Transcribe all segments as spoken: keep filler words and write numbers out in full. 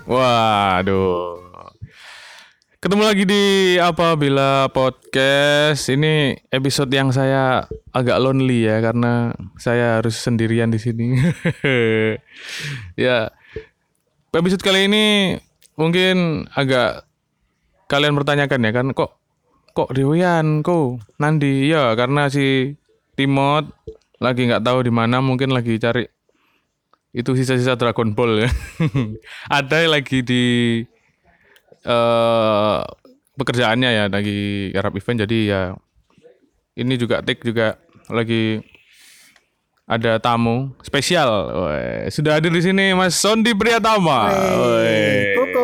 Waduh. Ketemu lagi di Apabila Podcast. Ini episode yang saya agak lonely ya karena saya harus sendirian di sini. Ya. Episode kali ini mungkin agak kalian bertanyakan ya kan kok kok Dewian kok Nandi ya karena si Timot lagi nggak tahu di mana, mungkin lagi cari itu sisa-sisa Dragon Ball ya. Ada lagi di uh, pekerjaannya ya, lagi garap event, jadi ya ini juga Tik juga lagi ada tamu spesial. Woy, sudah hadir di sini Mas Sondi Priyatama. Koko.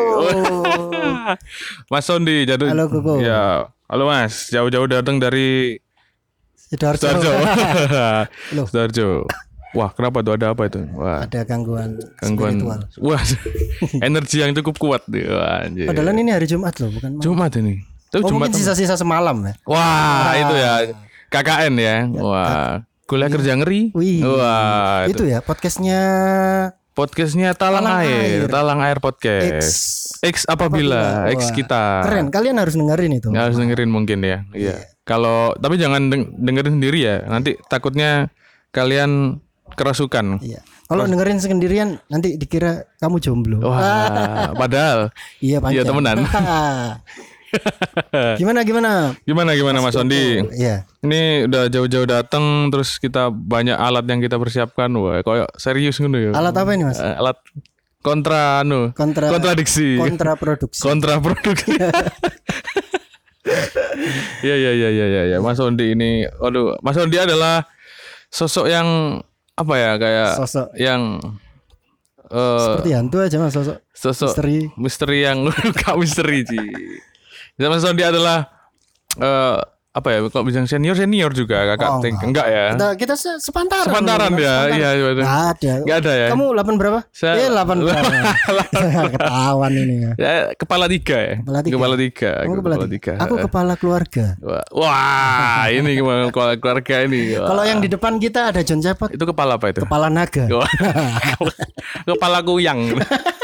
Mas Sondi, jadi halo Koko. Ya, halo Mas, jauh-jauh datang dari Sidoarjo. Sidoarjo. Sidoarjo. Wah, kenapa tuh, ada apa itu? Wah, ada gangguan, gangguan spiritual. Wah, energi yang cukup kuat deh. Wah, anjir. Padahal ini hari Jumat loh, bukan malam. Jumat ini. Tuh, oh, Jumat mungkin sisa-sisa semalam ya. Wah, Wah, itu ya K K N ya. Wah, kuliah kerja ngeri. Wih. Wah, itu. itu ya podcastnya. Podcastnya Talang, Talang Air. Air, Talang Air Podcast. X, X apabila, X kita. Keren, kalian harus dengerin itu. Harus dengerin mungkin ya. Iya. Yeah. Kalau tapi jangan deng- dengerin sendiri ya. Nanti takutnya kalian kerasukan. Iya. Kalau dengerin sendirian nanti dikira kamu jomblo. Wah, padahal. Iya, Iya, temenan. Gimana gimana? Gimana gimana Mas Sondi? Iya. Ini udah jauh-jauh datang, terus kita banyak alat yang kita persiapkan. Wah, kayak serius ngono ya. Alat apa ini, Mas? Uh, alat kontra anu. Kontra, kontradiksi. Kontraproduksi. Kontraproduksi. Iya iya iya iya ya. Mas Sondi ini, aduh, Mas Sondi adalah sosok yang apa ya, kayak sosok yang uh, seperti hantu aja Mas, sosok sosok misteri, misteri yang gak misteri sih. Mas Sondi adalah uh, apa ya, kalau bilang senior senior juga kakak oh, Tik. Enggak ya, kita, kita sepantaran sepantaran ya. Iya, nggak ada nggak ada ya. Kamu delapan berapa? Saya eh delapan berapa? Ketahuan ini ya. Ya, kepala tiga ya. Kepala tiga. Kepala tiga. Kamu kepala, kepala tiga. Aku kepala keluarga. Wah, ini kepala keluarga ini. Kalau yang di depan kita ada John Cepot. Itu kepala apa itu? Kepala naga. Kepala kuyang.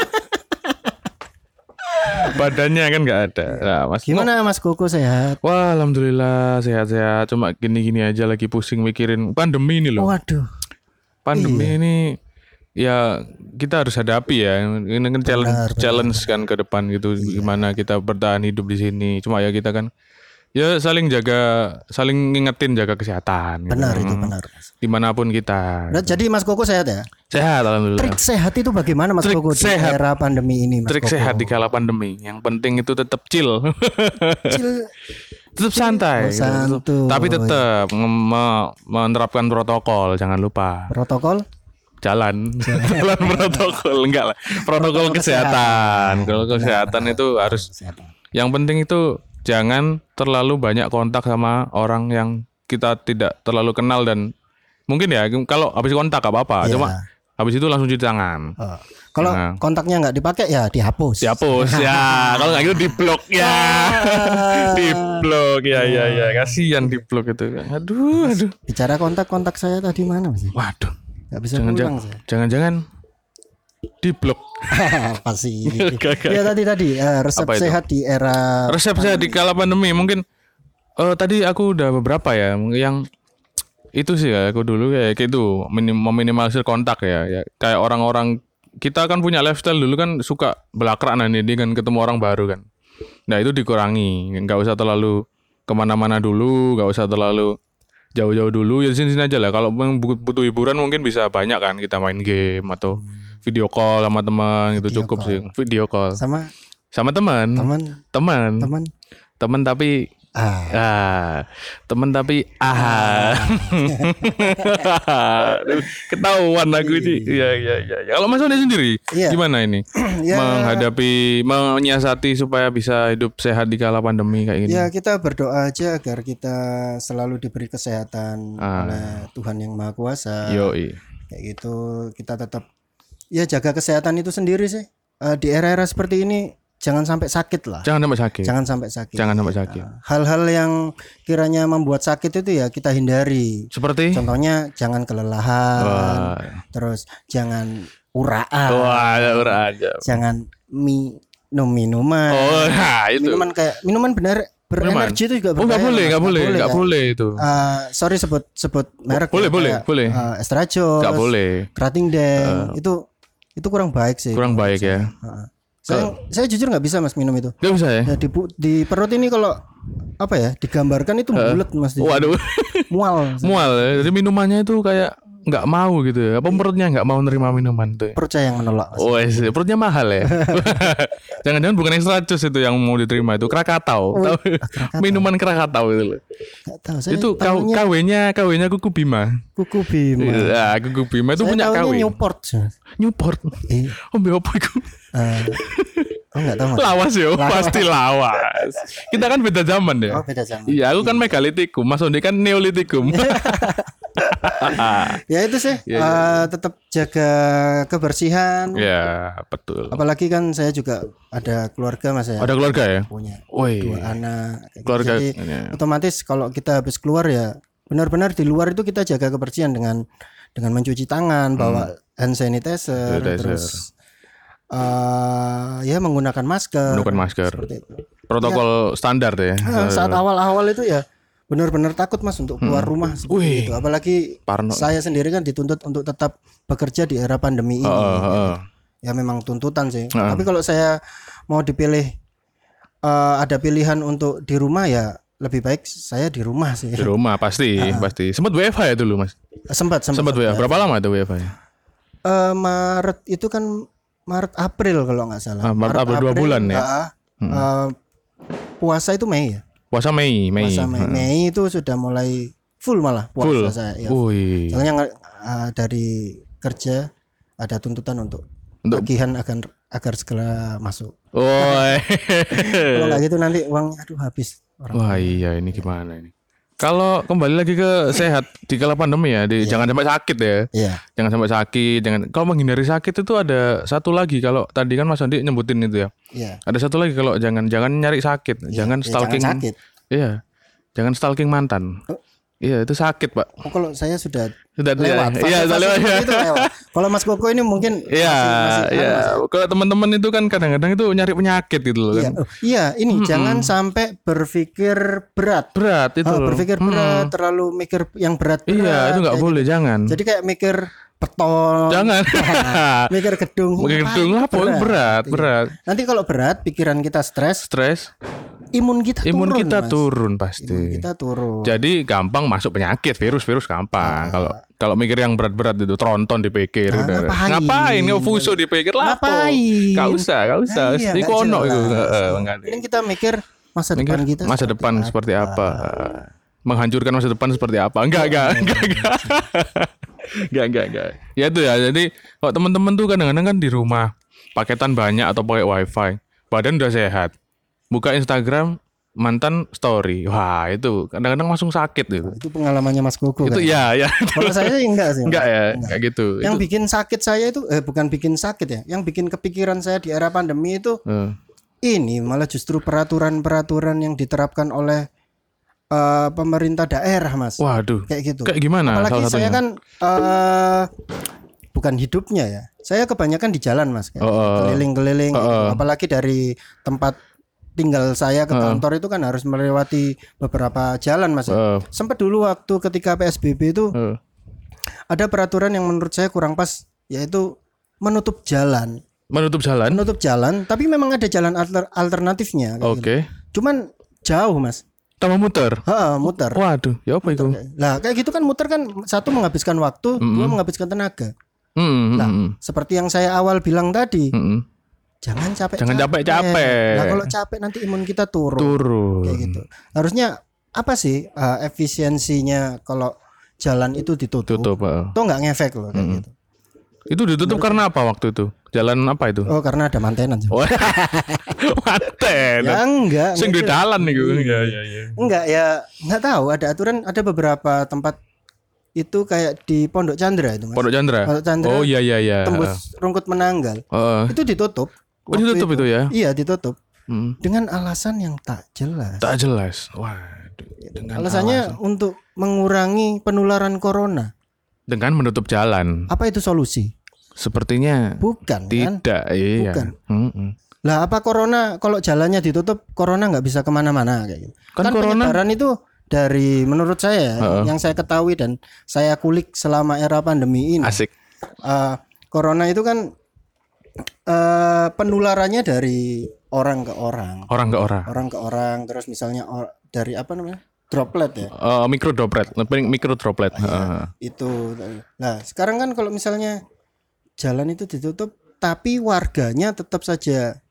Badannya kan nggak ada. Nah, Mas, gimana Mas Koko, sehat? Wah, alhamdulillah sehat-sehat. Cuma gini-gini aja, lagi pusing mikirin pandemi ini loh. Waduh. Pandemi iya. ini ya kita harus hadapi ya. Ini kan challenge, benar, challenge benar. kan ke depan gitu. Iya. Gimana kita bertahan hidup di sini. Cuma ya kita kan ya saling jaga, saling ngingetin jaga kesehatan. Benar gitu. itu benar. Dimanapun kita. Nah, jadi Mas Koko sehat ya? Sehat alhamdulillah. Trik sehat itu bagaimana Mas Trik Koko di sehat. era pandemi ini Mas Trik Koko? sehat di kala pandemi. Yang penting itu tetap chill. Chill. Tetap santai. Oh, santuy. Tapi tetap me- menerapkan protokol, jangan lupa. Protokol? Jalan. Jalan protokol enggak lah. Protokol, protokol kesehatan. Kalau kesehatan benar, itu benar, harus. kesehatan. Yang penting itu jangan terlalu banyak kontak sama orang yang kita tidak terlalu kenal, dan mungkin ya kalau habis kontak gak apa-apa, ya. Cuma habis itu langsung cuci tangan. Oh. Kalau nah. kontaknya nggak dipakai ya dihapus. Dihapus ya. Kalau nggak gitu diblok ya. Diblok ya ya ya. Kasihan diblok itu. Aduh aduh. Bicara kontak-kontak saya tadi mana Mas? Waduh. Nggak bisa jangan, pulang jangan, saya. Jangan-jangan diblok. Pasti. Ya tadi tadi uh, resep sehat di era. Resep sehat di kala pandemi mungkin. Uh, tadi aku udah beberapa ya yang itu sih ya, aku dulu kayak gitu minim, meminimalisir kontak ya, ya kayak orang-orang kita kan punya lifestyle dulu kan suka belakranan ini kan, ketemu orang baru kan. Nah itu dikurangi, nggak usah terlalu kemana-mana dulu, nggak usah terlalu jauh-jauh dulu, ya sini-sini aja lah. Kalau butuh hiburan mungkin bisa banyak kan, kita main game atau video call sama teman gitu, cukup call. Sih video call sama sama teman teman teman teman teman tapi ah, ah teman tapi ah, ah. Ketahuan aku ini. Ya ya ya. Ya. Kalau Mas Sondi sendiri iya. Gimana ini ya. menghadapi menyiasati supaya bisa hidup sehat di kala pandemi kayak gini? Ya kita berdoa aja agar kita selalu diberi kesehatan ah. oleh Tuhan yang Maha Kuasa. Yoi. Kayak gitu kita tetap ya jaga kesehatan itu sendiri sih. Uh, di era-era seperti ini jangan sampai sakit lah. Jangan sampai sakit. Jangan sampai sakit. Jangan sampai sakit. Uh, hal-hal yang kiranya membuat sakit itu ya kita hindari. Seperti? Contohnya jangan kelelahan. Wah. Terus jangan uraan. Wah, uraan. Jangan minum minuman. Oh, nah itu. Minuman kayak minuman benar berenergi itu juga Oh, enggak berbahaya, boleh, Mas. enggak boleh, enggak kayak, boleh itu. Uh, sorry sebut sebut merek. Boleh, ya, boleh, kayak, boleh. Uh, Estrajos. Enggak boleh. Krating Deng. Uh, itu itu kurang baik sih. Kurang baik ya. Uh, saya saya jujur nggak bisa Mas minum itu. Enggak bisa ya? Ya, di, di perut ini kalau apa ya digambarkan itu bulat Mas. Waduh. Mual. Mual ya. Jadi minumannya itu kayak nggak mau gitu ya. Apa perutnya nggak mau nerima minuman tuh? Perut saya yang menolak. Mas. Oh, yes. Perutnya mahal ya. Jangan-jangan bukan extra jus itu yang mau diterima itu Krakatau. Oh, Tahu? Krakatau. Minuman Krakatau itu loh. Gak tahu. Saya Itu tahunya K W-nya K W-nya Kuku Bima. Kuku Bima. Ya, Kuku Bima itu Saya punya K tahunya W. Newport. Newport. Eh, Oh, apa itu? uh, oh nggak tahu Mas. Lawas yo, pasti lawas. Kita kan beda zaman ya. Oh beda zaman. Iya, aku kan megalitikum, Mas Ondi kan neolitikum. Ya itu sih Ya, ya, uh, tetap jaga kebersihan. Ya, betul. Apalagi kan saya juga ada keluarga Mas ya. Ada keluarga ya? Punya Woi. dua anak. Kayak gitu. Keluarga. Jadi Ya. otomatis kalau kita habis keluar ya benar-benar di luar itu kita jaga kebersihan dengan dengan mencuci tangan, bawa hand sanitizer, Sanitizer. terus uh, ya menggunakan masker. Menggunakan masker. Seperti itu. Protokol standar ya. Nah, saat awal-awal itu ya benar-benar takut Mas untuk keluar rumah seperti Wih. itu. Apalagi Parno. saya sendiri kan dituntut untuk tetap bekerja di era pandemi ini. Heeh, heeh. Ya memang tuntutan sih. Heeh. Tapi kalau saya mau dipilih eh, ada pilihan untuk di rumah ya lebih baik saya di rumah sih. Di rumah pasti, pasti. Sempat W F H ya dulu, Mas? Sempat sempat. Sempat W F H. Berapa lama itu W F H-nya? Eh, Maret itu kan Maret April kalau nggak salah. Ah, Maret, April, dua bulan ya? ah, eh, puasa itu Mei ya. Puasa Mei, Mei. Puasa Mei. Mei itu sudah mulai full malah puasa Full. saya. Ya. Wih. Soalnya nggak- ah, dari kerja ada tuntutan untuk, Untuk- tagihan agar agar segera masuk. Oh. Kalau nggak gitu nanti uangnya aduh habis. Orang. Wah, iya ini gimana ini? Kalau kembali lagi ke sehat di kala pandemi ya, di, jangan sampai sakit ya. Iya. Jangan sampai sakit, jangan kalau menghindari sakit itu ada satu lagi kalau tadi kan Mas Andi nyebutin itu ya. Iya. Ada satu lagi kalau jangan jangan nyari sakit, jangan Ya, stalking. jangan sakit. Iya. Jangan stalking mantan. Oh. Iya, itu sakit, Pak. Oh, kalau saya sudah Sudah lewat. Iya, sudah Fase-fase lewat. seperti itu lewat. Kalau Mas Koko ini mungkin Iya, masih, masih anu, iya. Mas. Kalau teman-teman itu kan kadang-kadang itu nyari penyakit gitu loh Iya, kan. oh, iya ini jangan sampai berpikir berat. Berat itu. Oh, loh. berpikir berat, terlalu mikir yang berat. Iya, itu nggak boleh, jangan. Jadi kayak mikir beton, Jangan. mikir gedung. Mungkin Wah, gedung apa berat. berat, Iya. berat. Nanti kalau berat, pikiran kita stres, Stres, imun kita imun turun. kita Mas. turun Imun pasti. kita turun. Jadi gampang masuk penyakit, virus-virus gampang. Kalau kalau mikir yang berat-berat itu tronton dipikir, Ah, udah. ngapain? ngapain? Nggak fuso dipikir lah. Ngapain? Gak usah, gak usah. Nah, iya, Di nggak kono jelas. itu. Heeh, enggak. Ini kita mikir masa Mikir depan kita. masa depan seperti apa? Menghancurkan masa depan seperti apa? Enggak, enggak, enggak, enggak. Enggak, enggak, enggak. Ya itu ya. Jadi kalau teman-teman tuh kadang-kadang kan di rumah paketan banyak atau pakai wifi, badan udah sehat. Buka Instagram mantan story. Wah, itu kadang-kadang langsung sakit gitu. Itu pengalamannya Mas Koko. Itu kan? ya, ya. Kalau saya sih enggak sih. Enggak ya, enggak gitu. Yang Itu, bikin sakit saya itu eh bukan bikin sakit ya. Yang bikin kepikiran saya di era pandemi itu eh, ini malah justru peraturan-peraturan yang diterapkan oleh eh, pemerintah daerah, Mas. waduh. Kayak gitu. Kayak gimana Apalagi salah saya satunya? kan eh, bukan hidupnya ya. Saya kebanyakan di jalan, Mas. Kayak Oh, oh. keliling-keliling. Oh, gitu. oh. Apalagi dari tempat tinggal saya ke kantor itu kan harus melewati beberapa jalan, Mas. Eh, Sempat dulu waktu ketika P S B B itu eh. ada peraturan yang menurut saya kurang pas, yaitu menutup jalan. Menutup jalan. Menutup jalan, tapi memang ada jalan alter- alternatifnya. kayak Oke. gitu. Cuman jauh, Mas. Tambah muter. Ha, muter. Waduh, ya apa itu? Lah kayak gitu kan muter kan satu menghabiskan waktu, dua menghabiskan tenaga. Hmm, Nah, hmm, hmm, seperti yang saya awal bilang tadi, hmm, hmm. jangan capek. Jangan capek-capek. Nah, kalau capek nanti imun kita turun. Turun. Kayak gitu. Harusnya apa sih uh, efisiensinya kalau jalan itu ditutup? Tutup. eh. Tuh nggak ngefek loh kayak gitu. Itu ditutup karena apa waktu itu? Jalan apa itu? Oh, karena ada mantenan. Oh, manten. Ya enggak. Sing di enggak, dalan nih gue. Iya, iya, iya. enggak ya, enggak tahu ada aturan, ada beberapa tempat itu kayak di Pondok Chandra itu, Mas. Pondok Chandra. Pondok Chandra. Oh iya iya iya. Tembus Rungkut Menanggal. Heeh. Itu ditutup. Oh, ditutup itu ya? Iya, ditutup. Hmm. Dengan alasan yang tak jelas. Tak jelas. Waduh. Dengan Alasannya untuk mengurangi penularan corona. dengan menutup jalan. Apa itu solusi? Sepertinya Bukan kan? tidak, iya. Bukan. Mm-mm. Lah apa corona kalau jalannya ditutup, corona nggak bisa kemana-mana kayak gitu. Kan Kan, corona- penyebaran itu dari menurut saya Heeh. yang saya ketahui dan saya kulik selama era pandemi ini. Asik. eh, corona itu kan eh, penularannya dari orang ke orang, Orang ke orang. orang ke orang, terus misalnya or- dari apa namanya droplet ya Eh, mikro droplet, lebih mikro droplet. Heeh. itu. Nah sekarang kan kalau misalnya jalan itu ditutup, tapi warganya tetap saja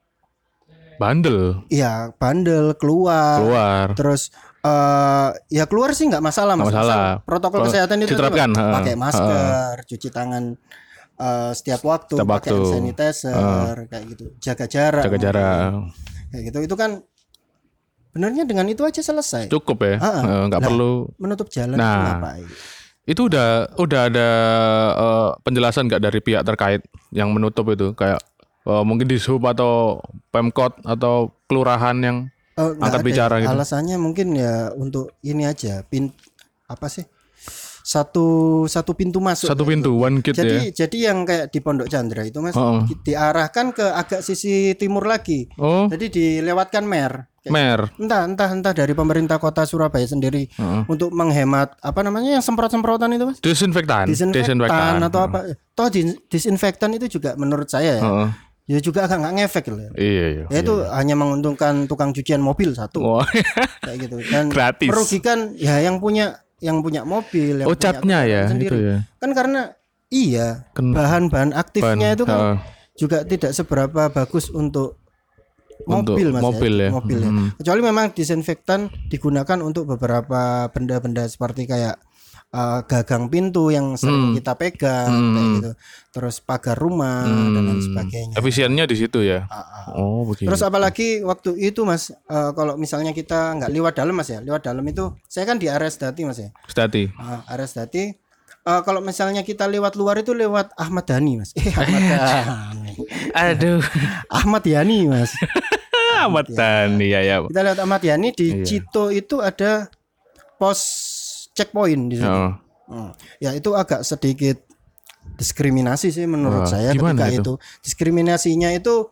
Bandel ya bandel keluar, keluar. terus eh ya keluar sih nggak masalah, Nggak Mas. masalah. Asal protokol Kalau kesehatan itu diterapkan, tetap heeh. pakai masker, cuci tangan eh, setiap waktu, Setiap pakai waktu. hand sanitizer kayak gitu, jaga jarak, Jaga jarak. kayak gitu. Itu kan benernya dengan itu aja selesai. Cukup ya. Heeh. Eh, nggak Nah. perlu. Menutup jalan Nah. itu ngapain? Itu udah udah ada eh, penjelasan nggak dari pihak terkait yang menutup itu, kayak eh, mungkin di sub atau pemkot atau kelurahan yang Oh, nggak angkat ada bicara ya. gitu. Alasannya mungkin ya untuk ini aja, pin apa sih? Satu satu pintu masuk. satu kayak pintu one gate Jadi ya. jadi yang kayak di Pondok Chandra itu Mas Heeh. di- diarahkan ke agak sisi timur lagi. Oh, Jadi dilewatkan mer. Kayak- mer. Entah entah entah dari pemerintah kota Surabaya sendiri Heeh. untuk menghemat apa namanya yang semprot-semprotan itu Mas? Disinfektan, Disinfektan atau apa? Toh dis- disinfektan itu juga menurut saya ya, Heeh. ya juga agak nggak ngefek loh. Iya, iya. Ya itu hanya menguntungkan tukang cucian mobil satu Oh, kayak gitu dan Gratis. merugikan ya yang punya yang punya mobil, yang oh punya catnya ya kendaraan sendiri. itu ya. Kan karena iya Ken- bahan-bahan aktifnya Ban, itu kan heeh. juga tidak seberapa bagus untuk Untuk mobil Mas mobil ya. mobil ya. Hmm. Kecuali memang disinfektan digunakan untuk beberapa benda-benda seperti kayak uh, gagang pintu yang sering Hmm. kita pegang kayak gitu. Terus pagar rumah dan lain sebagainya. Efisiennya di situ ya. Ah, ah. Oh, begitu. Terus apalagi waktu itu Mas, eh, kalau misalnya kita nggak lewat dalam Mas ya, lewat dalam itu saya kan di area Sedati Mas ya, Stati. Ah, area Sedati. Eh, kalau misalnya kita lewat luar itu lewat Ahmad Dhani Mas, eh Ahmad Dhani, Aduh. Ahmad Yani Mas. Amat tani ya ya. Kita lewat Ahmad Yani di Iya. Cito itu ada pos checkpoint di situ. Oh. Hmm. Ya itu agak sedikit diskriminasi sih menurut Wah, saya gimana ketika itu? itu. Diskriminasinya itu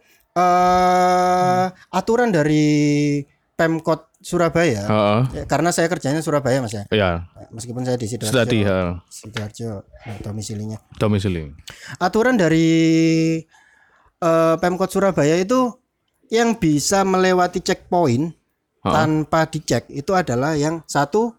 eh aturan dari Pemkot Surabaya. Heeh. Ya, karena saya kerjanya Surabaya Mas ya. Ya, Meskipun saya di Sidoarjo. Stati heeh. Sidoarjo nah, domisilinya. Domisili. Aturan dari eh, Pemkot Surabaya itu yang bisa melewati checkpoint Heeh. tanpa dicek itu adalah yang satu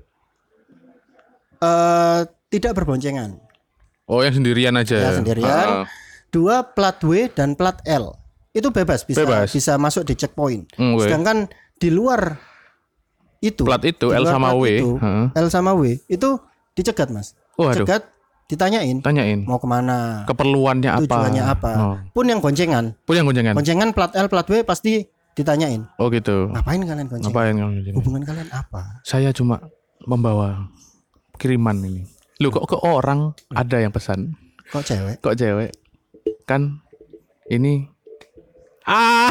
eh tidak berboncengan. Oh, yang sendirian aja. Ya sendirian. Heeh. Dua plat W dan plat L. Itu bebas bisa Bebas. bisa masuk di checkpoint. Hmm, W. Sedangkan di luar itu Plat itu, di L luar sama plat W. itu, Heeh. L sama W itu dicegat Mas. Oh, aduh. Cegat, ditanyain Tanyain mau kemana, keperluannya apa? tujuannya apa. Oh. Pun yang goncengan, Punya goncengan. goncengan plat L, plat W pasti ditanyain. Oh gitu. Ngapain kalian gonceng? Ngapain kamu goncengan? Hubungan kalian apa? Saya cuma membawa kiriman ini. Lu kok ke orang ada yang pesan? Kok cewek? Kok cewek? Kan ini ah.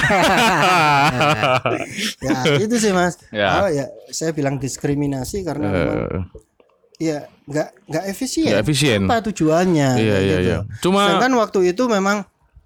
Ya itu sih Mas. Ya. Oh ya, saya bilang diskriminasi karena memang Eh, ya nggak nggak efisien. Nggak efisien. Apa tujuannya? Iya, kayak iya, gitu. iya. Cuma- sedangkan waktu itu memang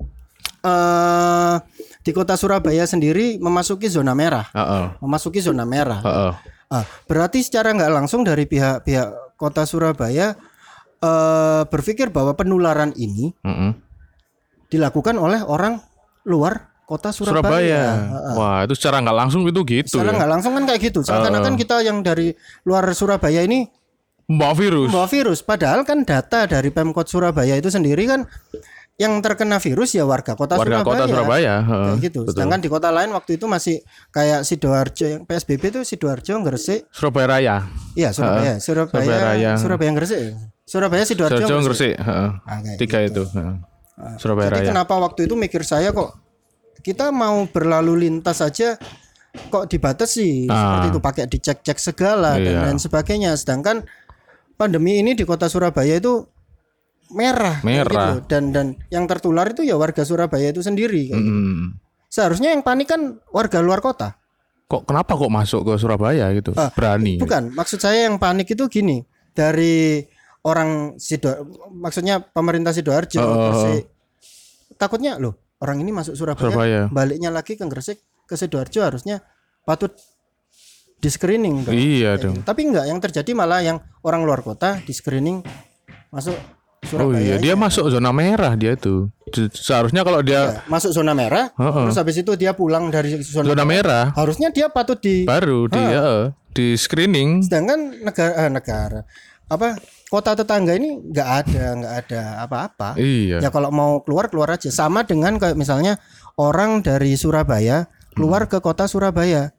eh di kota Surabaya sendiri memasuki zona merah, Heeh. memasuki zona merah. Heeh. Ah, berarti secara nggak langsung dari pihak-pihak kota Surabaya eh berpikir bahwa penularan ini Heeh. dilakukan oleh orang luar kota Surabaya. Surabaya. Heeh. Wah, itu secara nggak langsung itu gitu Secara ya. nggak langsung kan kayak gitu. Seakan-akan kita yang dari luar Surabaya ini Bawa virus. membawa virus. Padahal kan data dari Pemkot Surabaya itu sendiri kan yang terkena virus ya warga kota Warga Surabaya. kota Surabaya. Heeh. Kayak gitu. Betul. Sedangkan di kota lain waktu itu masih kayak Sidoarjo yang P S B B itu Sidoarjo, Gresik. Surabaya Raya. Iya, Surabaya. Surabaya, Surabaya Raya. Surabaya Gresik. Surabaya, Sidoarjo, Surabaya Gresik. Gresik. Heeh. Ah, kayak Tiga gitu. itu. Heeh. Surabaya Jadi Raya. kenapa waktu itu mikir saya kok kita mau berlalu lintas saja kok dibatasi Ah. seperti itu, pakai dicek-cek segala dan Iya. lain sebagainya. Sedangkan pandemi ini di kota Surabaya itu merah, kayak Merah. gitu. dan dan yang tertular itu ya warga Surabaya itu sendiri. kayak gitu. Mm. Seharusnya yang panik kan warga luar kota. Kok kenapa kok masuk ke Surabaya gitu? Ah, Berani. Bukan, maksud saya yang panik itu gini, dari orang Sido, maksudnya pemerintah Sidoarjo, Oh. Gresik, takutnya loh orang ini masuk Surabaya, Surabaya. baliknya lagi ke Gresik ke Sidoarjo harusnya patut di screening dong. Iya Kayak dong. gitu. Tapi enggak, yang terjadi malah yang orang luar kota di screening masuk Oh Surabaya. iya, dia masuk zona merah dia itu. Se- Seharusnya kalau dia Masuk zona merah, Heeh. terus habis itu dia pulang dari zona, zona merah harusnya dia patut di baru dia eh, di screening. sedangkan negara eh, negara apa kota tetangga ini nggak ada nggak ada apa-apa. Iya. Ya kalau mau keluar keluar aja. Sama dengan kayak misalnya orang dari Surabaya keluar ke kota Surabaya.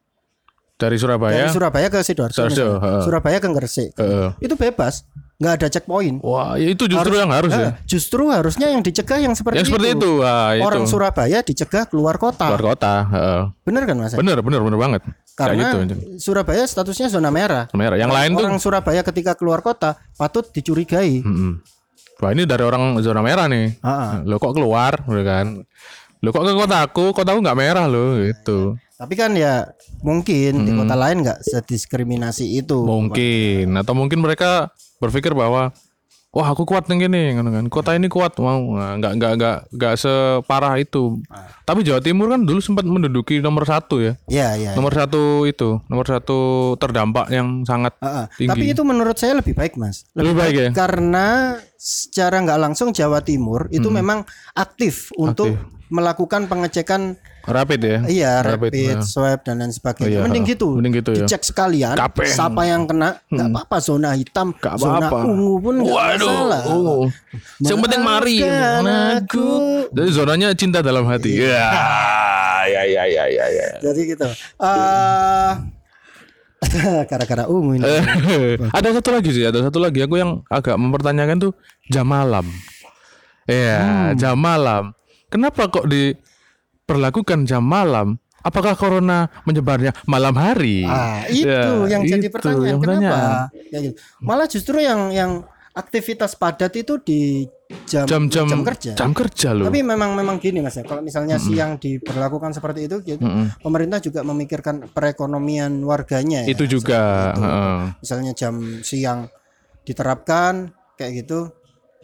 Dari Surabaya. Dari Surabaya ke Sidoarjo. Sidoarjo, misalnya. heeh. Surabaya ke Gresik. Heeh. Itu bebas, nggak ada checkpoint. Wah, ya itu justru yang harus ya. Nah, justru harusnya yang dicegah yang seperti Yang seperti itu. Wah, itu. Orang Surabaya dicegah keluar kota. Keluar kota, heeh. Bener kan Mas? Bener, bener, bener banget. Karena Kayak gitu. Surabaya statusnya zona merah. Merah. Yang lain tuh Orang Surabaya ketika keluar kota patut dicurigai. Mm-mm. Wah, ini dari orang zona merah nih. Ah, Lo kok keluar, gitu kan? Lo kok ke kotaku? Kotaku nggak merah lo, gitu. Tapi kan ya mungkin di kota lain nggak sediskriminasi itu. Mungkin, atau mungkin mereka berpikir bahwa wah aku kuat nih gini, kan kan. Kota ini kuat, mau Nah, nggak nggak nggak nggak separah itu. Tapi Jawa Timur kan dulu sempat menduduki nomor satu ya. Ya, ya. Nomor satu itu, nomor satu terdampak yang sangat Ah, ah. tinggi. Tapi itu menurut saya lebih baik Mas. Lebih baik ya. Karena secara nggak langsung Jawa Timur itu memang aktif untuk melakukan pengecekan Rapid ya. iya Rapid, rapid, ya. swab dan lain Oh, sebagainya. iya. Mending gitu. Mending gitu ya. Dicek sekalian Kapeng. siapa yang kena, nggak apa-apa zona hitam, Nggak zona apa-apa. ungu pun nggak Waduh, masalah. ungu. Yang penting mari Maafkan aku. Jadi zonanya cinta dalam hati. Ya, ya, ya, ya, ya, ya. Jadi gitu. Eh gara-gara ungu ini. Ada satu lagi sih, ada satu lagi aku yang agak mempertanyakan tuh jam malam. Iya, jam malam. Kenapa kok diperlakukan jam malam? Apakah corona menyebarnya malam hari? Ah, itu Ya, yang jadi itu pertanyaan. yang Kenapa? pertanyaan. Ya gitu. Malah justru yang yang aktivitas padat itu di jam Jam-jam jam kerja. Jam kerja loh. Tapi memang memang gini Mas ya. Kalau misalnya siang diberlakukan seperti itu gitu, pemerintah juga memikirkan perekonomian warganya ya. Itu juga. Seperti itu. heeh. Misalnya jam siang diterapkan kayak gitu.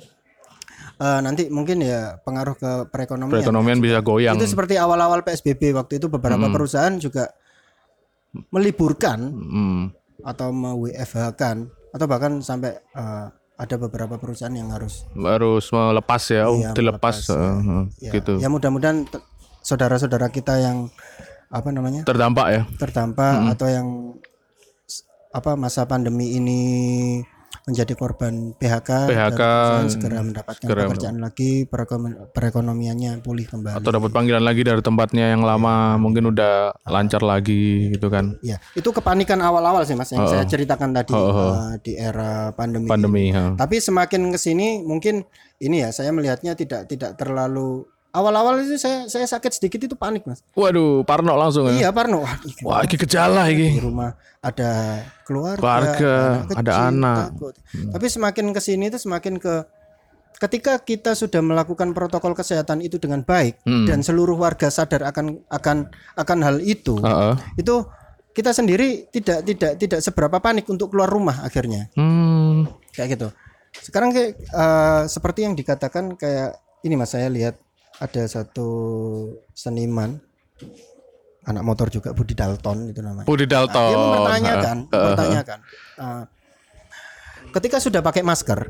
Eh, nanti mungkin ya pengaruh ke perekonomian. Perekonomian bisa goyang. Itu seperti awal-awal P S B B waktu itu beberapa perusahaan juga meliburkan Hmm. atau me-W F H-kan atau bahkan sampai eh, ada beberapa perusahaan yang harus Harus melepas ya, oh, Iya, dilepas melepas, heeh, heeh, ya, gitu. ya mudah-mudahan t- saudara-saudara kita yang apa namanya Terdampak ya. terdampak atau yang s- apa masa pandemi ini menjadi korban P H K, P H K, dari perusahaan segera mendapatkan segera pekerjaan lagi, perekonom- perekonomiannya pulih kembali. Atau dapat panggilan lagi dari tempatnya yang lama, mungkin udah lancar lagi gitu kan. Ya, itu kepanikan awal-awal sih Mas yang saya ceritakan tadi Oh, oh. eh, di era pandemi. Pandemi, ha. Tapi semakin ke sini mungkin ini ya saya melihatnya tidak tidak terlalu awal-awal itu saya saya sakit sedikit itu panik Mas. Waduh, parno langsung ya. Iya Parno. Wah, ih, Wah, ini gejala di ini. rumah ada keluarga, Keluarga, anak ada kecil, anak. takut. Tapi semakin ke sini itu semakin ke ketika kita sudah melakukan protokol kesehatan itu dengan baik dan seluruh warga sadar akan akan akan hal itu. Heeh. Itu kita sendiri tidak tidak tidak seberapa panik untuk keluar rumah akhirnya. Hmm. Kayak gitu. Sekarang kayak eh, seperti yang dikatakan kayak ini Mas, saya lihat ada satu seniman anak motor juga, Budi Dalton itu namanya. Budi Dalton. Dia mempertanyakan, Heeh. mempertanyakan eh, ketika sudah pakai masker,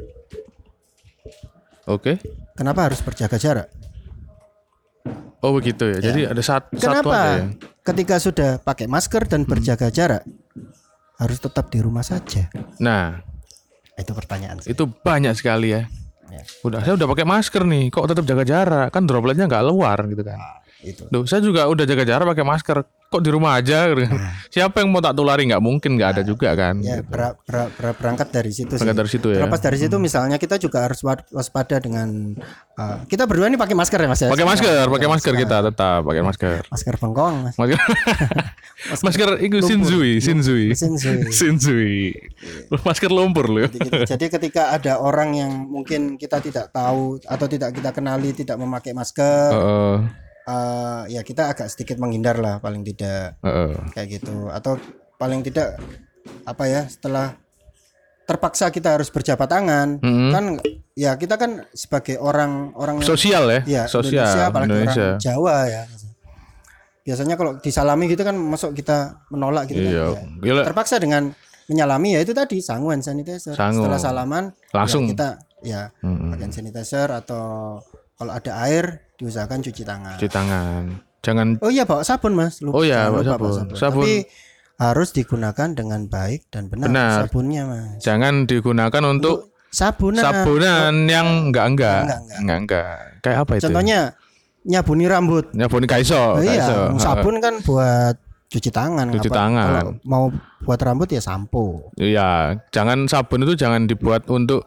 Oke. kenapa harus berjaga jarak? Oh begitu ya. Jadi ada sat- satu Kenapa aja ya. ketika sudah pakai masker dan berjaga jarak harus tetap di rumah saja? Nah, Itu pertanyaan saya. itu banyak sekali ya. Ya. Udah, saya udah pakai masker nih, kok tetap jaga jarak? Kan dropletnya nggak keluar gitu kan. Itu. Duh, saya juga udah jaga jarak pakai masker, kok di rumah aja? Gitu kan. Siapa yang mau tak tulari? Nggak mungkin, nggak ada juga kan. Ya, ber- ber- ber- berangkat dari situ sih. Berangkat dari situ ya. Terlepas dari situ misalnya kita juga harus wa- waspada dengan uh, kita berdua ini pakai masker ya Mas ya. Pakai masker, pakai masker kita tetap pakai masker. Masker bengkong Mas. Masker, masker itu Shinzui, Shinzui, Shinzui. Shinzui. Masker lumpur loh. Gitu. Jadi ketika ada orang yang mungkin kita tidak tahu atau tidak kita kenali tidak memakai masker, Heeh, uh, ya kita agak sedikit menghindar lah paling tidak heeh. kayak gitu. Atau paling tidak apa ya setelah terpaksa kita harus berjabat tangan. Mm-hmm. Kan ya kita kan sebagai orang orang sosial ya, ya sosial Indonesia, apalagi Indonesia. orang Jawa ya. Biasanya kalau disalami gitu kan masuk kita menolak gitu Iya. kan. Ya. Gila. Terpaksa dengan menyalami ya itu tadi sangu hand sanitizer. Sangu. Setelah salaman Langsung. ya kita ya Mm-mm. pakai hand sanitizer atau kalau ada air diusahakan cuci tangan. Cuci tangan. Jangan. Oh iya bawa sabun Mas. Lupa, Oh iya, jangan bawa lupa sabun. Sabun. Tapi harus digunakan dengan baik dan benar, Benar. sabunnya Mas. Jangan digunakan untuk Sabunan. sabunan yang enggak enggak. Enggak, enggak. Enggak enggak. Kayak apa itu? Contohnya nyabuni rambut. Nyabuni kaiso. Oh, iya, kaiso. sabun kan buat cuci tangan. Cuci Apa- tangan. Kalau mau buat rambut ya sampo. Iya, jangan sabun itu jangan dibuat untuk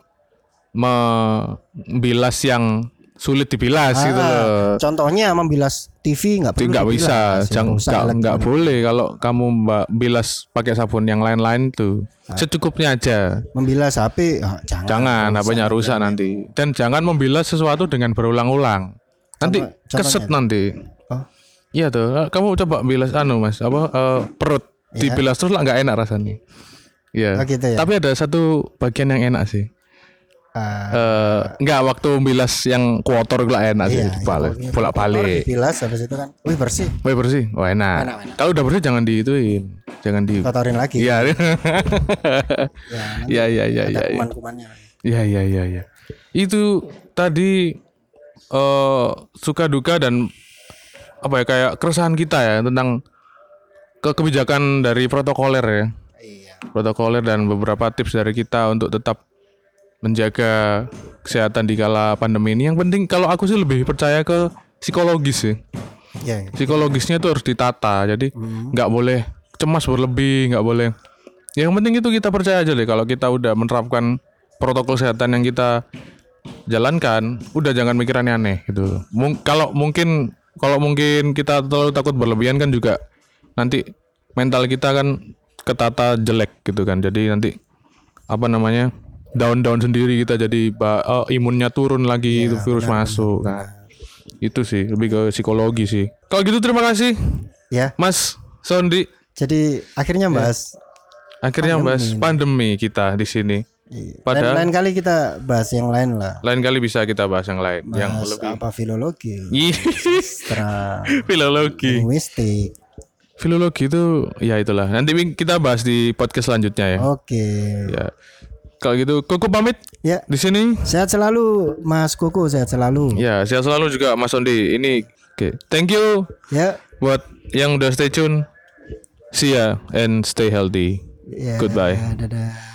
membilas yang sulit dibilas gitu loh. Contohnya membilas T V nggak perlu Nggak bisa, dibilas, ya, jangan rusak nggak nggak elektronik. boleh kalau kamu mbak bilas pakai sabun yang lain-lain tuh secukupnya aja. Membilas H P ah, jangan. Jangan, rusak. H P-nya rusak nanti. Dan jangan membilas sesuatu dengan berulang-ulang. Nanti Contoh- contohnya keset itu. nanti. Oh, Iya tuh, kamu coba bilas anu mas, apa eh, perut Iya. dibilas terus lah nggak enak rasanya. Iya. Oh, gitu ya? Tapi ada satu bagian yang enak sih. ah, Eh nggak waktu bilas yang kotor lah enak sih, iya, balik, iya, bolak kotor balik. dibilas habis itu kan, wih bersih, Wih bersih, wah enak. Enak, enak. Kalau udah bersih jangan diituin, jangan di. kotorin lagi. Iya, Ya, nanti iya, iya, iya, ada iya, iya, kuman-kumannya. iya, iya, iya, iya. Itu tadi eh suka duka dan apa ya kayak keresahan kita ya tentang ke kebijakan dari protokoler ya, Iya. protokoler dan beberapa tips dari kita untuk tetap menjaga kesehatan di kala pandemi ini. Yang penting kalau aku sih lebih percaya ke psikologis sih. Iya. Psikologisnya itu harus ditata. Jadi nggak boleh cemas berlebih, nggak boleh. Yang penting itu kita percaya aja deh kalau kita udah menerapkan protokol kesehatan yang kita jalankan, udah jangan mikir aneh-aneh gitu. Mung- kalau mungkin kalau mungkin kita terlalu takut berlebihan kan juga nanti mental kita kan ketata jelek gitu kan. Jadi nanti apa namanya? Down-down sendiri kita jadi ba- oh, imunnya turun lagi itu virus masuk. Nah, itu sih lebih ke psikologi sih. Kalau gitu terima kasih Ya. Mas Sondi. Jadi akhirnya bahas Akhirnya bahas pandemi kita di sini. iya. Padahal- lain, lain kali kita bahas yang lain lah. Lain kali bisa kita bahas yang lain yang Bahas lebih apa filologi, Ih, sastra, filologi. linguistik. Filologi itu ya itulah. Nanti kita bahas di podcast selanjutnya ya. Oke. Ya. Kalau gitu Koko pamit Ya, di sini. sehat selalu Mas Koko, sehat selalu. Ya, sehat selalu juga Mas Sondi. Ini oke. Thank you Ya. buat yang udah stay tune. See ya and stay healthy. Ya, Goodbye. dadah.